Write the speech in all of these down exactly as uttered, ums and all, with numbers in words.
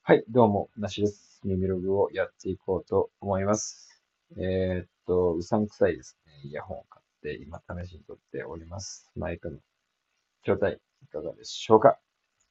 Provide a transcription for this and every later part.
はい、どうも、なしです。耳ログをやっていこうと思います。えーっと、うさんくさいですね。イヤホンを買って、今試しに撮っております。マイクの状態、いかがでしょうか？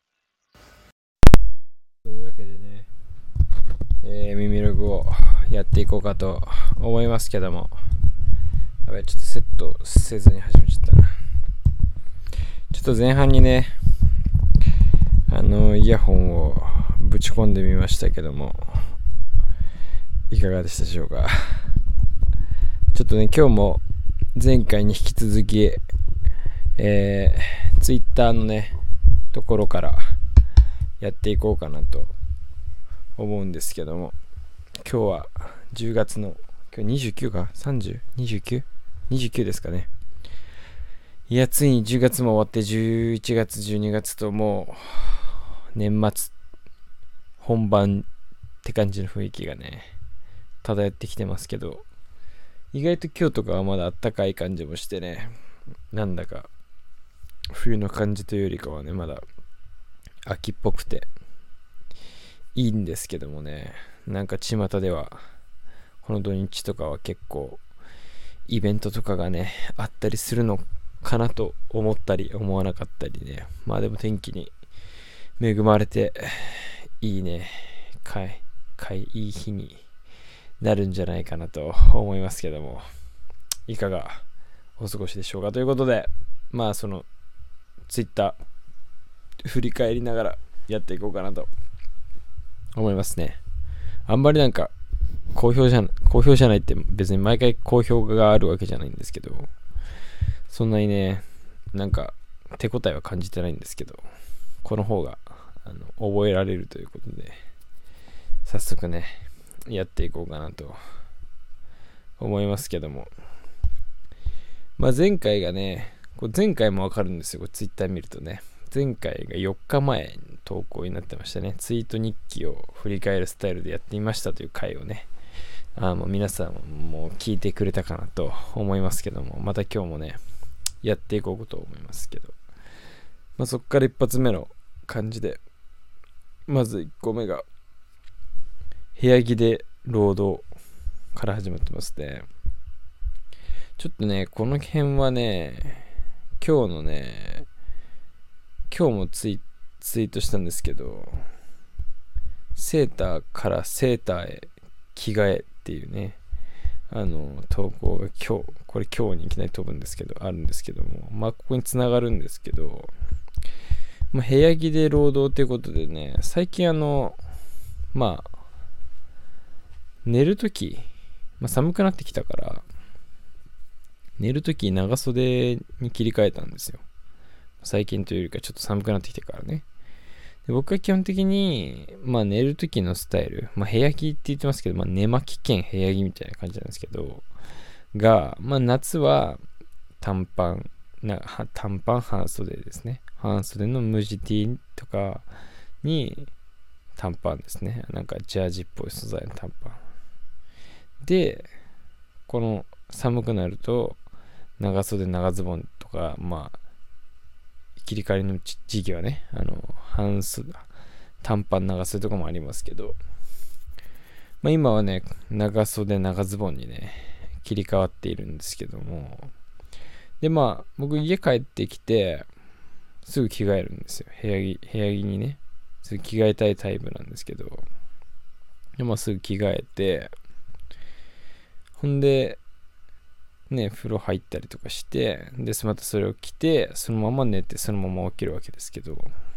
というわけでね、えー、耳ログをやっていこうかと思いますけども、やばい、ちょっとセットせずに始めちゃったな。ちょっと前半にね、あの、イヤホンをぶち込んでみましたけども、いかがでしたでしょうか？ちょっとね、今日も前回に引き続き、えー、ツイッターのね、ところからやっていこうかなと思うんですけども、今日はじゅうがつの、今日にじゅうくか さんじゅう?にじゅうきゅう?にじゅうきゅう ですかね。いや、ついにじゅうがつも終わってじゅういちがつ、じゅうにがつともう年末本番って感じの雰囲気がね、漂ってきてますけど、意外と今日とかはまだあったかい感じもしてね、なんだか冬の感じというよりかはね、まだ秋っぽくていいんですけどもね、なんか巷ではこの土日とかは結構イベントとかがねあったりするのかなと思ったり思わなかったりね、まあでも天気に恵まれていいね、かいかいいい日になるんじゃないかなと思いますけども、いかがお過ごしでしょうかということで、まあそのツイッター振り返りながらやっていこうかなと思いますね。あんまりなんか好評じゃ好評じゃないって別に毎回好評があるわけじゃないんですけど、そんなにねなんか手応えは感じてないんですけど、この方があの覚えられるということで早速ねやっていこうかなと思いますけども、まあ前回がね、これ前回もわかるんですよ、これツイッター見るとね。前回がよっかまえに投稿になってましたね。ツイート日記を振り返るスタイルでやってみましたという回をね、あもう皆さんも聞いてくれたかなと思いますけども、また今日もねやっていこうと思いますけど、まあ、そっから一発目の感じで、まずいっこめが部屋着で労働から始まってますね。ちょっとねこの辺はね、今日のね今日もツイツイートしたんですけど、セーターからセーターへ着替えっていうね、あの投稿が今日、これ今日にいきなり飛ぶんですけど、あるんですけども、まあここにつながるんですけど、まあ、部屋着で労働ということでね、最近あのまあ寝るとき、まあ、寒くなってきたから寝るとき長袖に切り替えたんですよ。最近というよりかちょっと寒くなってきてからね。で僕は基本的に、まあ寝るときのスタイル、まあ部屋着って言ってますけど、まあ寝巻き兼部屋着みたいな感じなんですけど、が、まあ夏は短パン、な短パン半袖ですね。半袖の無地 T とかに短パンですね。なんかジャージっぽい素材の短パン。で、この寒くなると長袖長ズボンとか、まあ切り替わりの時期はね、あの半袖短パン長袖とかもありますけど、まあ、今はね長袖長ズボンにね切り替わっているんですけども、でまあ僕家帰ってきてすぐ着替えるんですよ。部屋着部屋着にねすぐ着替えたいタイプなんですけど、でまあすぐ着替えて、ほんでね風呂入ったりとかして、でまたそれを着てそのまま寝てそのまま起きるわけですけど、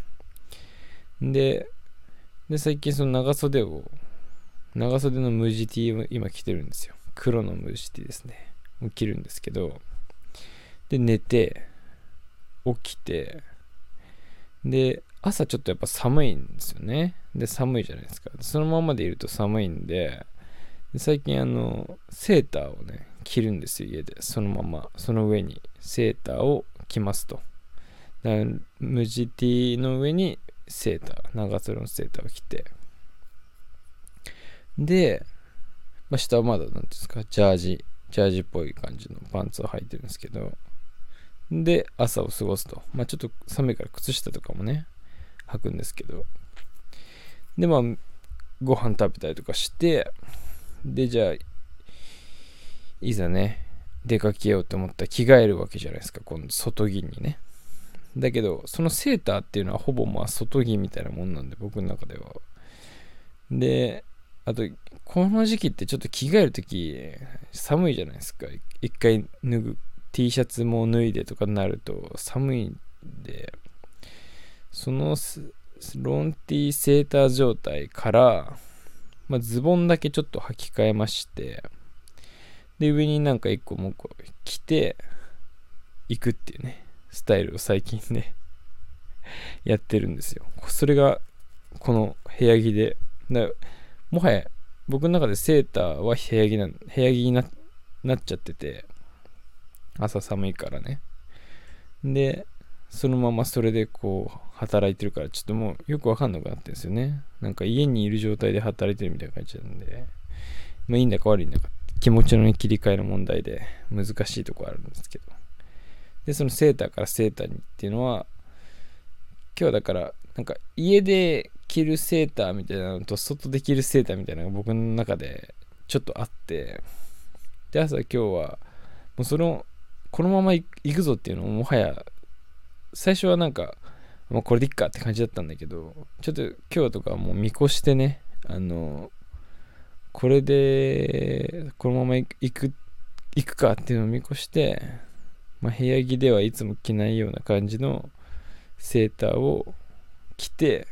でで最近その長袖を長袖の無地 T を今着てるんですよ。黒の無地 T ですねを着るんですけど、で寝て起きて、で朝ちょっとやっぱ寒いんですよね。で寒いじゃないですか。そのままでいると寒いんで、で最近あのセーターをね着るんですよ、家で。そのままその上にセーターを着ますと。だから無地 T の上にセーター、長袖のセーターを着て、で、まあ、下はまだなんていうんですか、ジャージジャージっぽい感じのパンツを履いてるんですけど、で朝を過ごすと。まあちょっと寒いから靴下とかもね履くんですけど、でまあご飯食べたりとかして、でじゃあいざね出かけようと思ったら着替えるわけじゃないですか、今度外着にね。だけどそのセーターっていうのはほぼまあ外着みたいなもんなんで、僕の中では。であとこの時期ってちょっと着替えるとき寒いじゃないですか。一回脱ぐ T シャツも脱いでとかになると寒いんで、そのロンティーセーター状態から、まあ、ズボンだけちょっと履き替えまして、で上になんか一個もう一個着て行くっていうねスタイルを最近ねやってるんですよ。それがこの部屋着で、だもはや僕の中でセーターは部屋着な部屋着に な, なっちゃってて、朝寒いからね。でそのままそれでこう働いてるから、ちょっともうよくわかんなくなってるんですよね。なんか家にいる状態で働いてるみたいな感じなんで、まあいいんだか悪いんだか気持ちの切り替えの問題で難しいところあるんですけど、でそのセーターからセーターにっていうのは、今日はだからなんか家で着るセーターみたいなのと外で着るセーターみたいなのが僕の中でちょっとあって、で朝今日はもうそのこのまま行くぞっていうのをもはや最初はなんかもうこれでいっかって感じだったんだけど、ちょっと今日とかもう見越してね、あのこれでこのまま行く行くかっていうのを見越して、まあ、部屋着ではいつも着ないような感じのセーターを着て、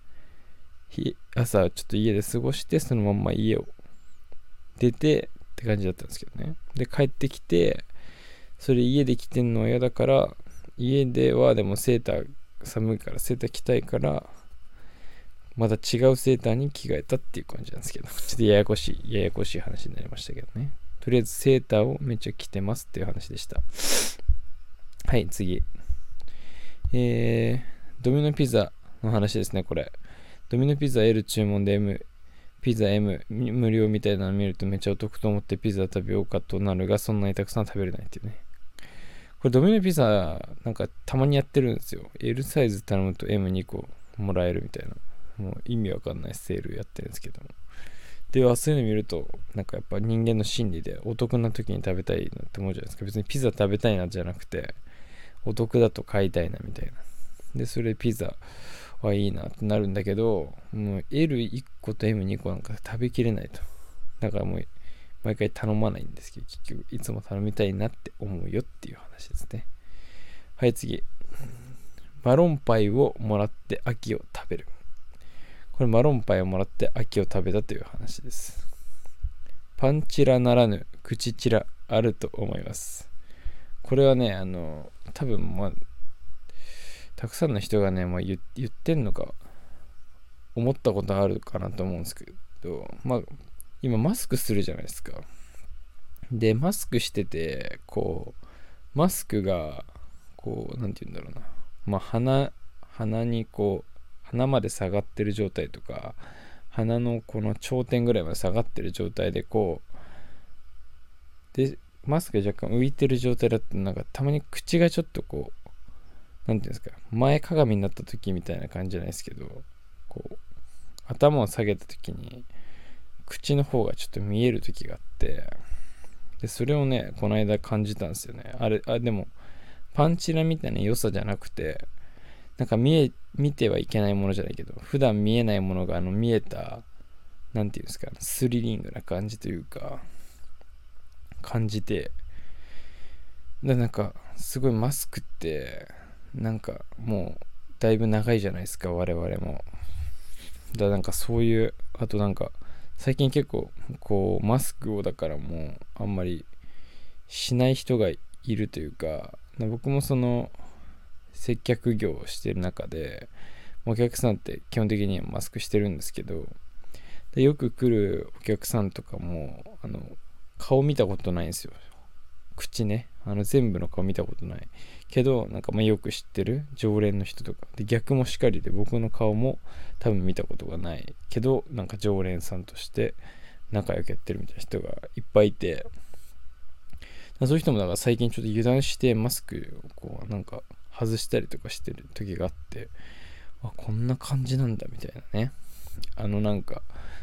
朝ちょっと家で過ごして、そのまんま家を出てって感じだったんですけどね。で帰ってきて、それ家で着てんのは嫌だから、家ではでもセーター寒いからセーター着たいから、また違うセーターに着替えたっていう感じなんですけど、ちょっとややこしいややこしい話になりましたけどね。とりあえずセーターをめっちゃ着てますっていう話でした。はい、次。えー、ドミノピザの話ですね。これドミノピザ L 注文で M ピザ M 無料みたいなの見るとめっちゃお得と思ってピザ食べようかとなるが、そんなにたくさん食べれないっていうね。これドミノピザなんかたまにやってるんですよ。 L サイズ頼むと エムに 個もらえるみたいな、もう意味わかんないセールやってるんですけども、ではそういうの見るとなんかやっぱ人間の心理でお得な時に食べたいなって思うじゃないですか。別にピザ食べたいなじゃなくて、お得だと買いたいなみたいな。でそれピザはいいなってなるんだけど、もう エルいっ 個と エムに 個なんか食べきれないと。だからもう毎回頼まないんですけど、結局いつも頼みたいなって思うよっていう話ですね。はい次。マロンパイをもらって秋を食べる。これマロンパイをもらって秋を食べたという話です。パンチラならぬ口チラあると思います。これはね、あの多分まあたくさんの人がね、まあ、言, 言ってんのか思ったことあるかなと思うんですけど、まあ今マスクするじゃないですか。でマスクしてて、こうマスクがこうなんて言うんだろうな、まあ鼻鼻にこう鼻まで下がってる状態とか、鼻のこの頂点ぐらいまで下がってる状態でこうでマスクが若干浮いてる状態だと、なんかたまに口がちょっとこうなんていうんですか、前かがみになった時みたいな感じじゃないですけど、こう頭を下げた時に口の方がちょっと見える時があって、でそれをねこの間感じたんですよね。あれあでもパンチラみたいな良さじゃなくて、なんか見え見てはいけないものじゃないけど、普段見えないものがあの見えた、なんていうんですか、スリリングな感じというか感じて、でなんかすごいマスクってなんかもうだいぶ長いじゃないですか、我々も。だからなんかそういう、あとなんか最近結構こうマスクをだからもうあんまりしない人がいるというか、僕もその接客業をしてる中でお客さんって基本的にはマスクしてるんですけど、でよく来るお客さんとかもあの顔見たことないんですよ。口ね、あの全部の顔見たことないけど、なんかまあよく知ってる常連の人とかで、逆もしかりで僕の顔も多分見たことがないけど、なんか常連さんとして仲良くやってるみたいな人がいっぱいいて、そういう人もだから最近ちょっと油断してマスクをこうなんか外したりとかしてる時があって、あこんな感じなんだみたいなね。あのなんか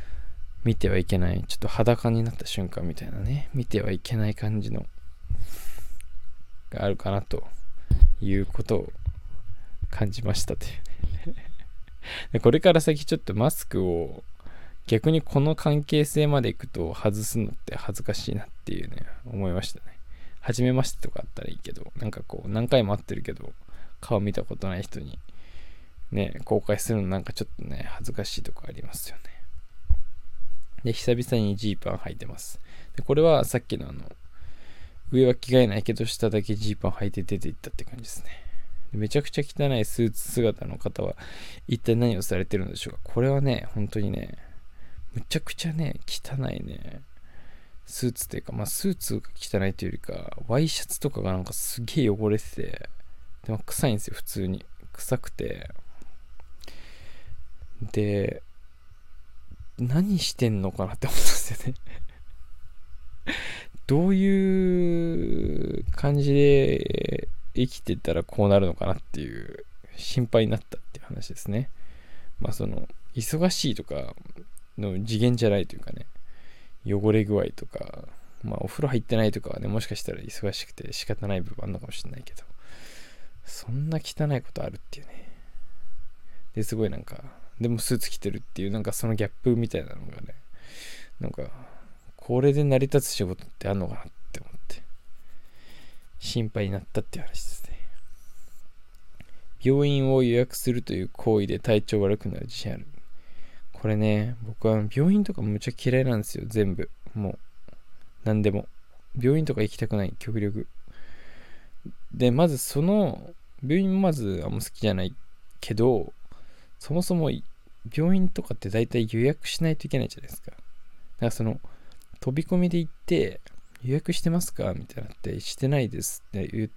見てはいけない、ちょっと裸になった瞬間みたいなね、見てはいけない感じのがあるかなということを感じましたというでこれから先ちょっとマスクを逆にこの関係性までいくと外すのって恥ずかしいなっていうね思いましたね。初めましてとかあったらいいけど、なんかこう何回も会ってるけど顔見たことない人にね公開するのなんかちょっとね恥ずかしいとこありますよね。で久々にジーパン履いてます。でこれはさっきのあの上は着替えないけど下だけジーパン履いて出ていったって感じですね。めちゃくちゃ汚いスーツ姿の方は一体何をされてるんでしょうか。これはね本当にねむちゃくちゃね汚いねスーツっていうか、まあスーツが汚いというよりかワイシャツとかがなんかすげえ汚れてて、でも臭いんですよ。普通に臭くて、で何してんのかなって思ったんですよねどういう感じで生きてたらこうなるのかなっていう心配になったっていう話ですね。まあその忙しいとかの次元じゃないというかね、汚れ具合とか、まあお風呂入ってないとかはね、もしかしたら忙しくて仕方ない部分あるのかもしれないけど、そんな汚いことあるっていうね。ですごいなんか、でもスーツ着てるっていうなんかそのギャップみたいなのがね、なんかこれで成り立つ仕事ってあるのかなって思って心配になったっていう話ですね。病院を予約するという行為で体調悪くなる自信ある。これね、僕は病院とかむっちゃ嫌いなんですよ。全部もう何でも病院とか行きたくない、極力で。まずその病院もまずあんま好きじゃないけど、そもそも病院とかって大体予約しないといけないじゃないですか。だからその飛び込みで行って予約してますかみたいなってしてないですって言って、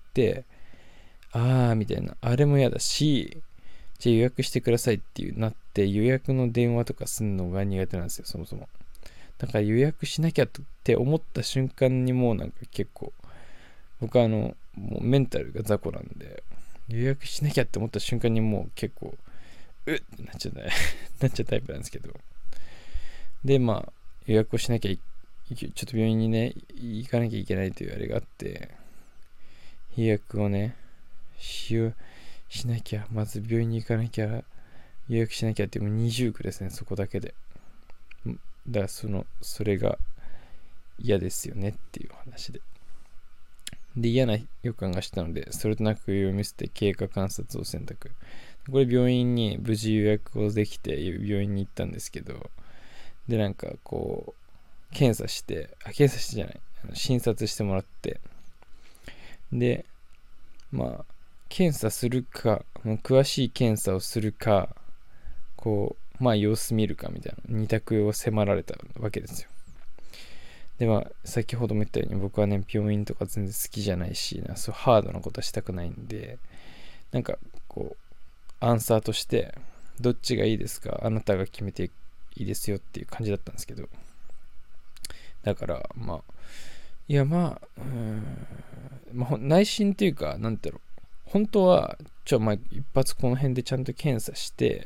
あーみたいな、あれも嫌だし、じゃあ予約してくださいっていうなって予約の電話とかすんのが苦手なんですよ、そもそも。だから予約しなきゃって思った瞬間にもうなんか結構僕はあのもうメンタルが雑魚なんで、予約しなきゃって思った瞬間にもう結構うっってなっちゃうなっちゃうタイプなんですけど、でまあ予約をしなきゃいちょっと病院にね行かなきゃいけないというあれがあって、予約をねしようしなきゃ、まず病院に行かなきゃ、予約しなきゃっていう、もう二重苦ですね、そこだけで。だからそのそれが嫌ですよねっていう話で、で嫌な予感がしたので、それとなく読み捨て経過観察を選択。これ病院に無事予約をできて病院に行ったんですけど、でなんかこう検査して、あ検査してじゃないあの診察してもらって、でまあ検査するか、もう詳しい検査をするか、こうまあ様子見るかみたいな二択を迫られたわけですよ。でまあ先ほども言ったように僕はね病院とか全然好きじゃないしな、そうハードなことはしたくないんで、なんかこうアンサーとしてどっちがいいですか、あなたが決めていいですよっていう感じだったんですけど、だからまあいやまあうーん、まあ、内心っていうかなんていうの、本当はちょまあ一発この辺でちゃんと検査して、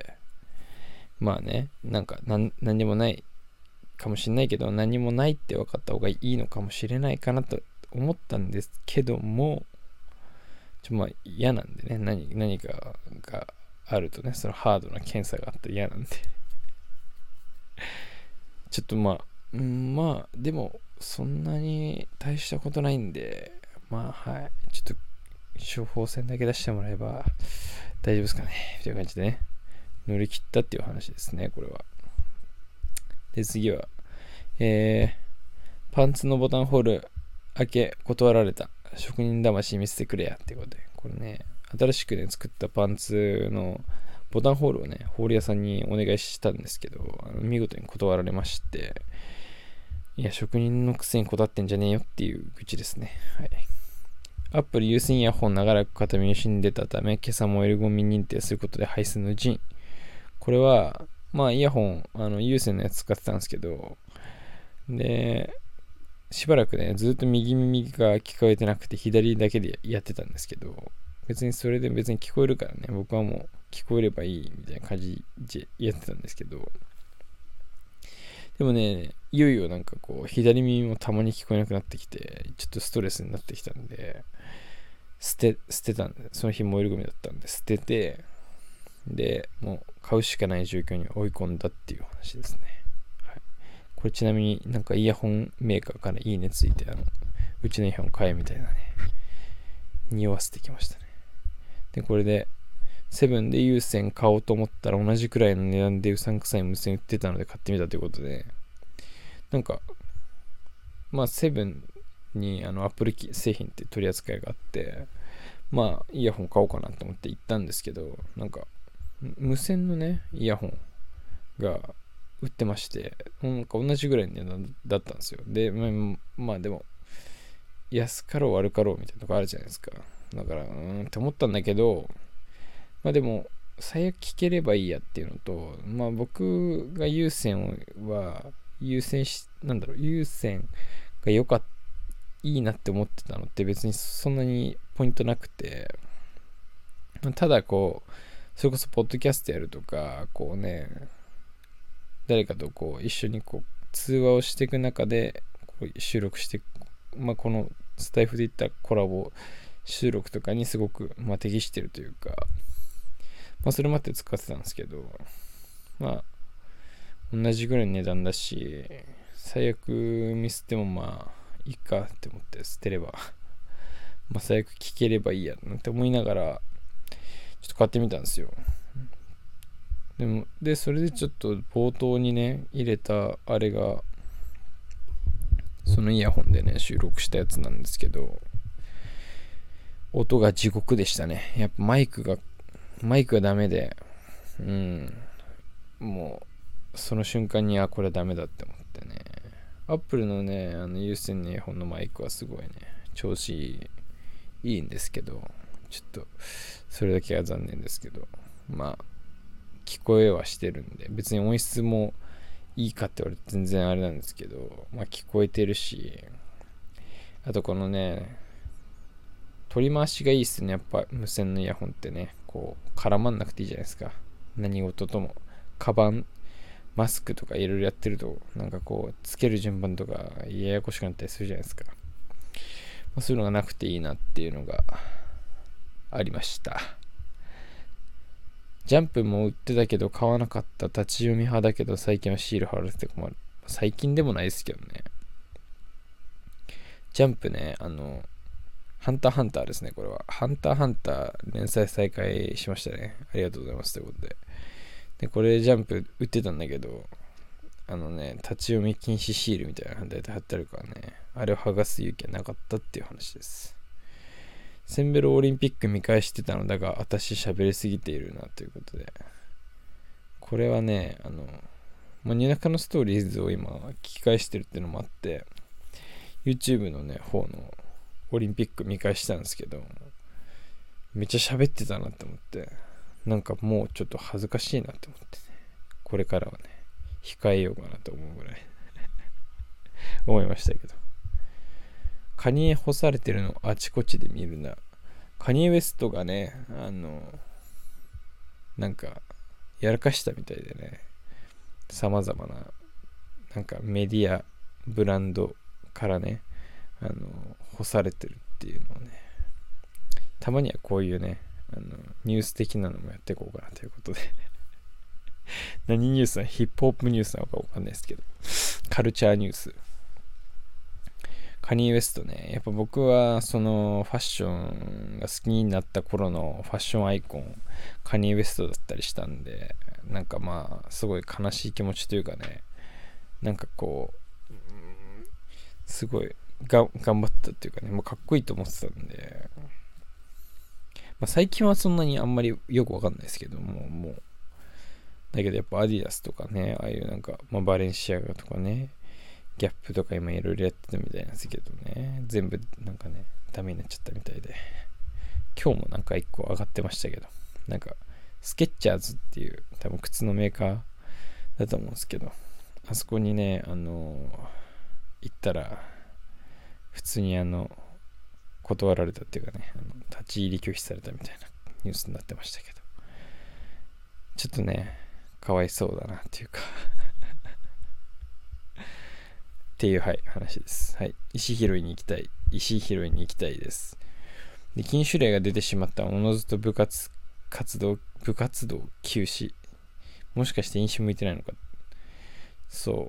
まあねなんか何何でもないかもしれないけど、何もないって分かった方がいいのかもしれないかなと思ったんですけども、ちょまあ嫌なんでね、何何かがあるとね、そのハードな検査があったら嫌なんでちょっとまあ、うん、まあでもそんなに大したことないんで、まあはいちょっと処方箋だけ出してもらえば大丈夫ですかねという感じでね、乗り切ったっていう話ですね、これは。で次は、えー、パンツのボタンホール開け断られた、職人魂見せてくれやってことで、これね新しくね作ったパンツのボタンホールをねホール屋さんにお願いしたんですけど、あの見事に断られまして、いや職人のくせにこだわってんじゃねえよっていう愚痴ですね。はい。アップル有線イヤホン長らく片身に死んでたため、今朝燃えるゴミ認定することで排出の陣。これはまあイヤホンあの有線のやつ使ってたんですけど、でしばらくねずっと右耳が聞こえてなくて左だけでやってたんですけど、別にそれで別に聞こえるからね、僕はもう聞こえればいいみたいな感じでやってたんですけど、 でもね、いよいよなんかこう、左耳もたまに聞こえなくなってきて、ちょっとストレスになってきたんで、捨て、捨てたんで、その日燃えるゴミだったんで、捨てて、で、もう買うしかない状況に追い込んだっていう話ですね。はい、これちなみになんかイヤホンメーカーからいいねついて、あの、うちのイヤホン買えみたいなね、匂わせてきましたね。で、これで、セブンで有線買おうと思ったら同じくらいの値段でうさんくさい無線売ってたので買ってみたということで、なんか、まあセブンにあのアップル製品って取り扱いがあって、まあイヤホン買おうかなと思って行ったんですけど、なんか無線のね、イヤホンが売ってまして、なんか同じぐらいの値段だったんですよ。で、まあ、まあでも、安かろう悪かろうみたいなとこあるじゃないですか。だから、うーんって思ったんだけど、まあでも、最悪聞ければいいやっていうのと、まあ僕が有線は、優先し、なんだろう、有線が良かった、いいなって思ってたのって別にそんなにポイントなくて、ただこう、それこそポッドキャストやるとか、こうね、誰かとこう一緒にこう通話をしていく中でこう収録して、まあこのスタイフでいったコラボ収録とかにすごく、まあ、適してるというか、まあそれまで使ってたんですけど、まあ同じぐらいの値段だし、最悪ミスってもまあいいかって思って捨てればまあ最悪聞ければいいやなんて思いながらちょっと買ってみたんですよ。でもでそれでちょっと冒頭にね入れたあれがそのイヤホンでね収録したやつなんですけど、音が地獄でしたね。やっぱマイクがマイクがダメで、うんもうその瞬間にあこれはダメだって思ってね、アップルのねあの有線のイヤホンのマイクはすごいね調子いいいいんですけど、ちょっとそれだけは残念ですけど、まあ聞こえはしてるんで、別に音質もいいかって言われて全然あれなんですけど、まあ聞こえてるし、あとこのね取り回しがいいっすね。やっぱ無線のイヤホンってね、こう絡まんなくていいじゃないですか。何事とも。カバン、マスクとかいろいろやってると、なんかこうつける順番とかややこしくなったりするじゃないですか。まあ、そういうのがなくていいなっていうのがありました。ジャンプも売ってたけど買わなかった。立ち読み派だけど最近はシール貼られて困る。最近でもないですけどね。ジャンプね、あの、ハンターハンターですね、これは。ハンターハンター連載再開しましたね。ありがとうございます。ということで。で、これジャンプ売ってたんだけど、あのね、立ち読み禁止シールみたいな反対で貼ってあるからね、あれを剥がす勇気はなかったっていう話です。センベロオリンピック見返してたのだが、私喋りすぎているなということで。これはね、あの、まあ、ニナカのストーリーズを今聞き返してるっていうのもあって、YouTube のね、方のオリンピック見返したんですけど、めっちゃ喋ってたなって思って、なんかもうちょっと恥ずかしいなって思ってね、これからはね、控えようかなと思うぐらい思いましたけど。カニエ干されてるのあちこちで見るな。カニエウエストがね、あの、なんか、やらかしたみたいでね、様々な、なんかメディア、ブランドからね、あの、干されてるっていうのをね、たまにはこういうね、あの、ニュース的なのもやっていこうかなということで。何ニュースなの？ヒップホップニュースなのかわかんないですけど、カルチャーニュース。カニー・ウェストね、やっぱ僕はそのファッションが好きになった頃のファッションアイコン、カニー・ウェストだったりしたんで、なんかまあすごい悲しい気持ちというかね、なんかこうすごいが頑張ってたっていうかね、もうかっこいいと思ってたんで、まあ、最近はそんなにあんまりよくわかんないですけども、もうだけどやっぱアディダスとかね、ああいうなんか、まあ、バレンシアガとかね、ギャップとか今いろいろやってたみたいなんですけどね、全部なんかねダメになっちゃったみたいで、今日もなんかいっこ上がってましたけど、なんかスケッチャーズっていう多分靴のメーカーだと思うんですけど、あそこにねあの行ったら普通にあの断られたっていうかね、あの立ち入り拒否されたみたいなニュースになってましたけど、ちょっとねかわいそうだなっていうかっていう、はい、話です。はい。石拾いに行きたい。石拾いに行きたいです。で、禁酒令が出てしまったおのずと部活活動、部活動休止。もしかして飲酒向いてないのか。そう。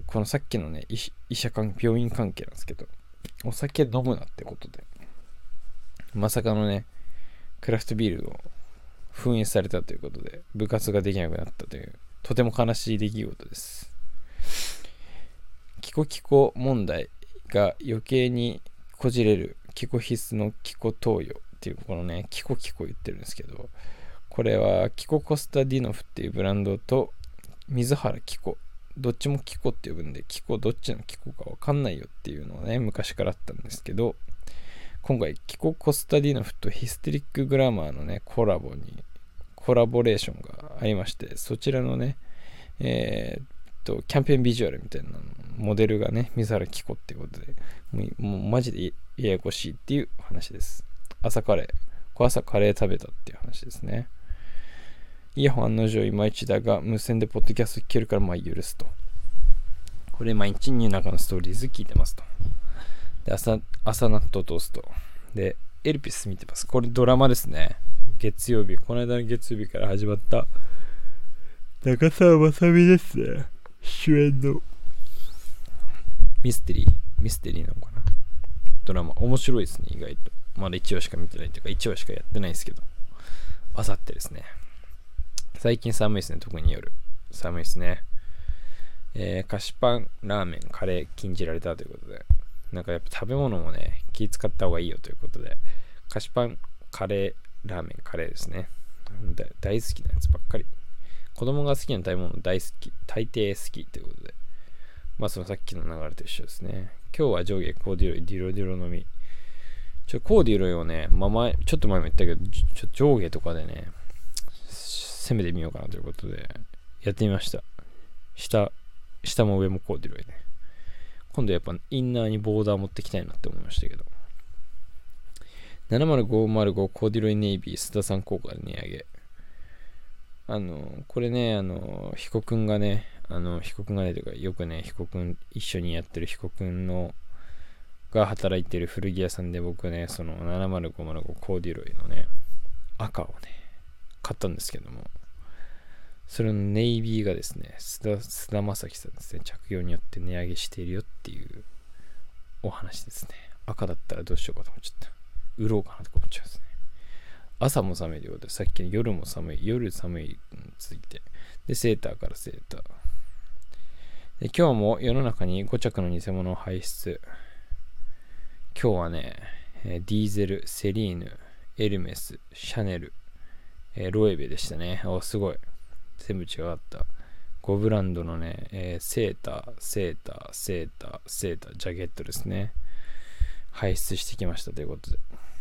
このさっきのね、医, 医者関病院関係なんですけど、お酒飲むなってことで。まさかのね、クラフトビールを封印されたということで、部活ができなくなったという、とても悲しい出来事です。キコキコ問題が余計にこじれるキコ必須のキコ投与っていう、このね、キコキコ言ってるんですけど、これはキココスタディノフっていうブランドと水原キコ、どっちもキコって呼ぶんで、キコどっちのキコかわかんないよっていうのはね、昔からあったんですけど、今回キココスタディノフとヒステリックグラマーのね、コラボに、コラボレーションがありまして、そちらのね、えー、っと、キャンペーンビジュアルみたいなモデルがね、水原キコっていうことで、もう、もうマジでややこしいっていう話です。朝カレー。朝カレー食べたっていう話ですね。イヤホン案の定いまいちだが、無線でポッドキャスト聞けるからまあ許すと。これ毎日ニューナカのストーリーズ聞いてますと。で、朝、朝納豆トースト。で、エルピス見てます。これドラマですね。月曜日。この間の月曜日から始まった中澤まさみですね。主演のミステリー。ミステリーなのかな。ドラマ。面白いですね、意外と。まだいちわしか見てないというか、いちわしかやってないですけど。あさってですね。最近寒いですね、特に夜。寒いですね。えー、菓子パン、ラーメン、カレー禁じられたということで。なんかやっぱ食べ物もね、気使った方がいいよということで。菓子パン、カレー、ラーメン、カレーですね。大好きなやつばっかり。子供が好きな食べ物大好き。大抵好きということで。まあそのさっきの流れと一緒ですね。今日は上下コーディロイ、ディロディロ飲み。ちょ、コーディロイをね、まあ前、ちょっと前も言ったけど、ちょ上下とかでね、攻めてみようかなということで、やってみました。下、下も上もコーディロイね。今度やっぱインナーにボーダー持ってきたいなって思いましたけど。ななまるごまるごコーディロイネイビー須田さん効果で値上げ。あの、これね、あの、ヒコくんがね、あの、ヒコくんがね、というか、よくね、ヒコくん、一緒にやってるヒコくんの、が働いてる古着屋さんで僕ね、そのななまるごまるごコーディロイのね、赤をね、買ったんですけども、それのネイビーがですね、須田、須田正樹さんですね、着用によって値上げしているよっていうお話ですね。赤だったらどうしようかと思っちゃった。売ろうかなと思っちゃうんですね。朝も寒いということで、さっきの夜も寒い、夜寒いについて、で、セーターからセーター。で、今日も世の中にご着の偽物を輩出。今日はね、ディーゼル、セリーヌ、エルメス、シャネル、えー、ロエベでしたね。お、すごい。全部違かった。ごブランドのね、えー、セーター、セーター、セーター、セーター、ジャケットですね。輩出してきましたということで。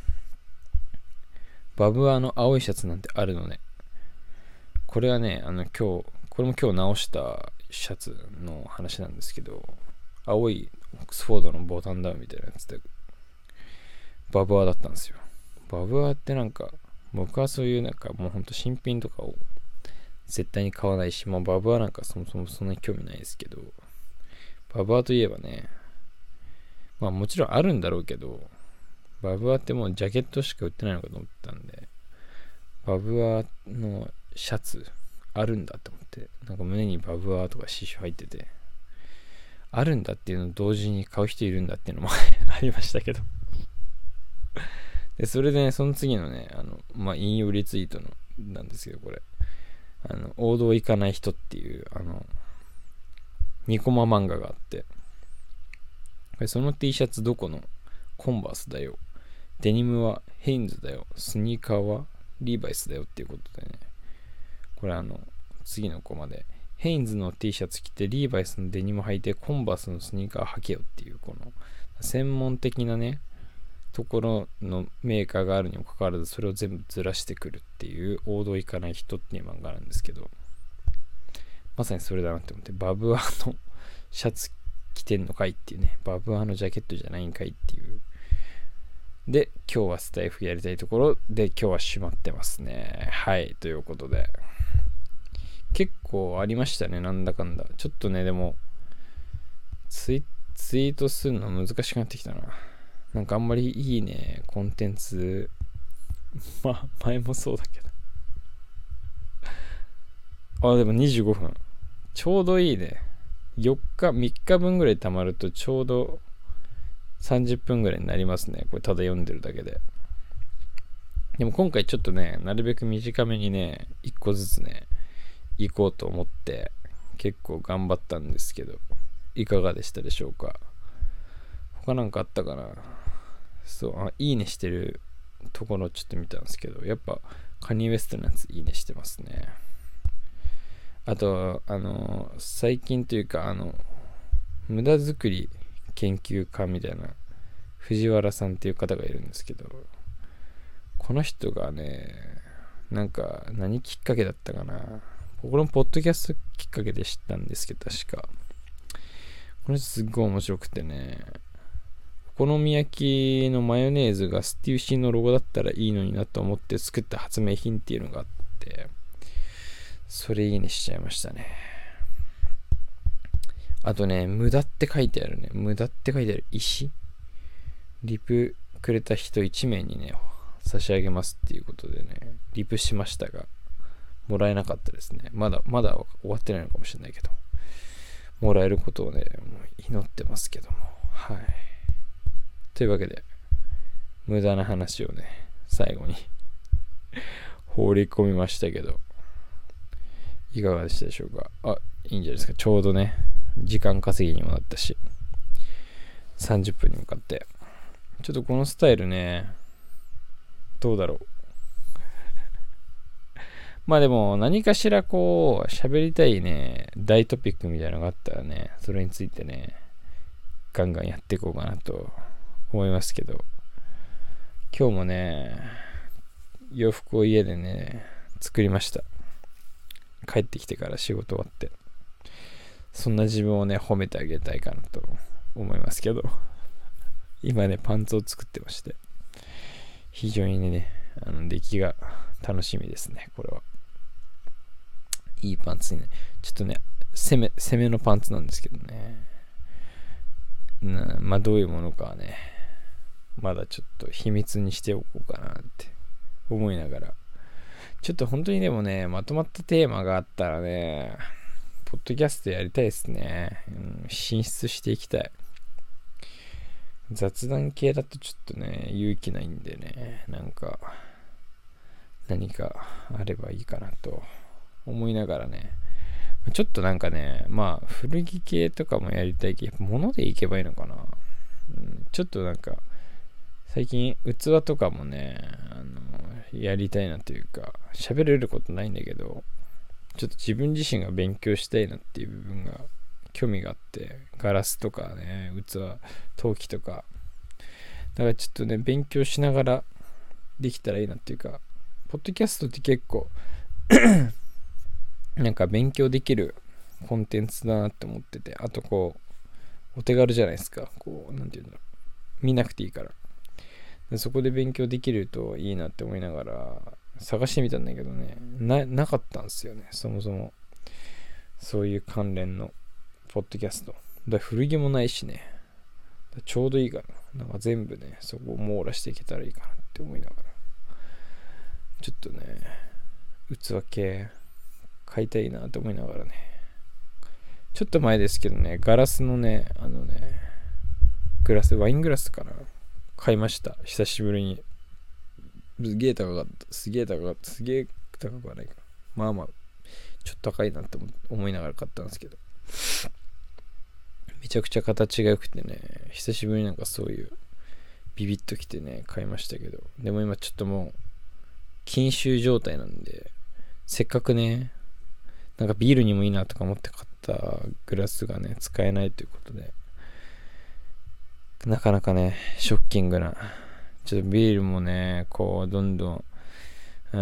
バブアーの青いシャツなんてあるのね。これはね、あの今日、これも今日直したシャツの話なんですけど、青いオックスフォードのボタンダウンみたいなやつで、バブアーだったんですよ。バブアーってなんか、僕はそういうなんかもうほんと新品とかを絶対に買わないし、まあバブアーなんかそもそもそんなに興味ないですけど、バブアーといえばね、まあもちろんあるんだろうけど、バブアーってもうジャケットしか売ってないのかと思ったんで、バブアーのシャツあるんだと思って、なんか胸にバブアーとか刺繍入ってて、あるんだっていうのと同時に買う人いるんだっていうのもありましたけどで、それでね、その次のね、あの、まあ、引用リツイートの、なんですけど、これ。あの、王道行かない人っていう、あの、ニコマ漫画があって、その T シャツどこのコンバースだよ。デニムはヘインズだよ。スニーカーはリーバイスだよっていうことでね。これあの、次のコマで、ヘインズの T シャツ着て、リーバイスのデニム履いて、コンバースのスニーカー履けよっていう、この、専門的なね、ところのメーカーがあるにもかかわらず、それを全部ずらしてくるっていう王道行かない人っていう漫画なんですけど、まさにそれだなって思って、バブアーのシャツ着てんのかいっていうね、バブアーのジャケットじゃないんかいっていう。で、今日はスタイフやりたいところで、今日は閉まってますね。はい、ということで。結構ありましたね、なんだかんだ。ちょっとね、でも、ツイッツイートするの難しくなってきたな。なんかあんまりいいね、コンテンツ、まあ前もそうだけど。あ、でもにじゅうごふん。ちょうどいいね。よっか、みっかぶんぐらい溜まるとちょうどさんじゅっぷんぐらいになりますね。これただ読んでるだけで。でも今回ちょっとね、なるべく短めにね、いっこずつね、行こうと思って結構頑張ったんですけど、いかがでしたでしょうか。他なんかあったかな。そう、あ、いいねしてるところちょっと見たんですけど、やっぱカニウエストのやついいねしてますね。あと、あの、最近というか、あの、無駄作り研究家みたいな藤原さんっていう方がいるんですけど、この人がね、なんか何きっかけだったかな。僕のポッドキャストきっかけで知ったんですけど、確か。この人すっごい面白くてね、お好み焼きのマヨネーズがスティウシーのロゴだったらいいのになと思って作った発明品っていうのがあって、それいいねしちゃいましたね。あとね、無駄って書いてあるね。無駄って書いてある石。リプくれた人いち名にね、差し上げますっていうことでね、リプしましたが、もらえなかったですね。まだ、まだ終わってないのかもしれないけど、もらえることをね、祈ってますけども。はい。というわけで、無駄な話をね、最後に放り込みましたけど、いかがでしたでしょうか。あ、いいんじゃないですか。ちょうどね、時間稼ぎにもなったし、さんじゅっぷんに向かって。ちょっとこのスタイルね、どうだろう。まあでも、何かしらこう、喋りたいね、大トピックみたいなのがあったらね、それについてね、ガンガンやっていこうかなと思いますけど、今日もね、洋服を家でね、作りました。帰ってきてから仕事終わって。そんな自分をね、褒めてあげたいかなと思いますけど、今ね、パンツを作ってまして、非常にね、あの出来が楽しみですね、これは。いいパンツにね、ちょっとね、攻め、攻めのパンツなんですけどね。なまあ、どういうものかはね、まだちょっと秘密にしておこうかなって思いながら。ちょっと本当にでもね、まとまったテーマがあったらね、ポッドキャストやりたいですね。うん、進出していきたい。雑談系だとちょっとね、勇気ないんでね、なんか、何かあればいいかなと思いながらね、ちょっとなんかね、まあ、古着系とかもやりたいけど、やっぱ物でいけばいいのかな。うん、ちょっとなんか、最近、器とかもね、あの、やりたいなというか、喋れることないんだけど、ちょっと自分自身が勉強したいなっていう部分が興味があって、ガラスとかね、器、陶器とか、だからちょっとね、勉強しながらできたらいいなっていうか、ポッドキャストって結構なんか勉強できるコンテンツだなって思ってて、あとこう、お手軽じゃないですか。こう、なんていうんだろう。見なくていいから。でそこで勉強できるといいなって思いながら探してみたんだけどね、な、なかったんですよね。そもそも。そういう関連のポッドキャスト。だ古着もないしね。ちょうどいいかな。なんか全部ね、そこを網羅していけたらいいかなって思いながら。ちょっとね、器系買いたいなと思いながらね。ちょっと前ですけどね、ガラスのね、あのね、グラス、ワイングラスかな。買いました。久しぶりに。すげえ高かった。すげえ高かった。すげえ高くはないか。まあまあ、ちょっと高いなって思いながら買ったんですけど。めちゃくちゃ形が良くてね、久しぶりになんかそういうビビッときてね、買いましたけど。でも今ちょっともう、禁酒状態なんで、せっかくね、なんかビールにもいいなとか思って買ったグラスがね、使えないということで、なかなかね、ショッキングな。ちょっとビールもね、こう、どんどん、うん、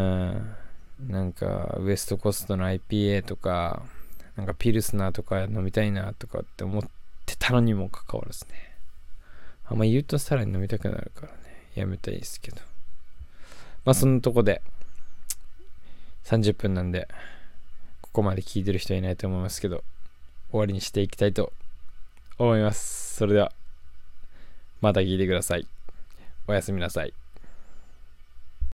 なんか、ウエストコーストの アイピーエー とか、なんかピルスナーとか飲みたいなとかって思ってたのにもかかわらずね。あんま言うとさらに飲みたくなるからね、やめたいですけど。まあ、そのとこで、さんじゅっぷんなんで、ここまで聞いてる人はいないと思いますけど、終わりにしていきたいと思います。それではまた聞いてください。おやすみなさい。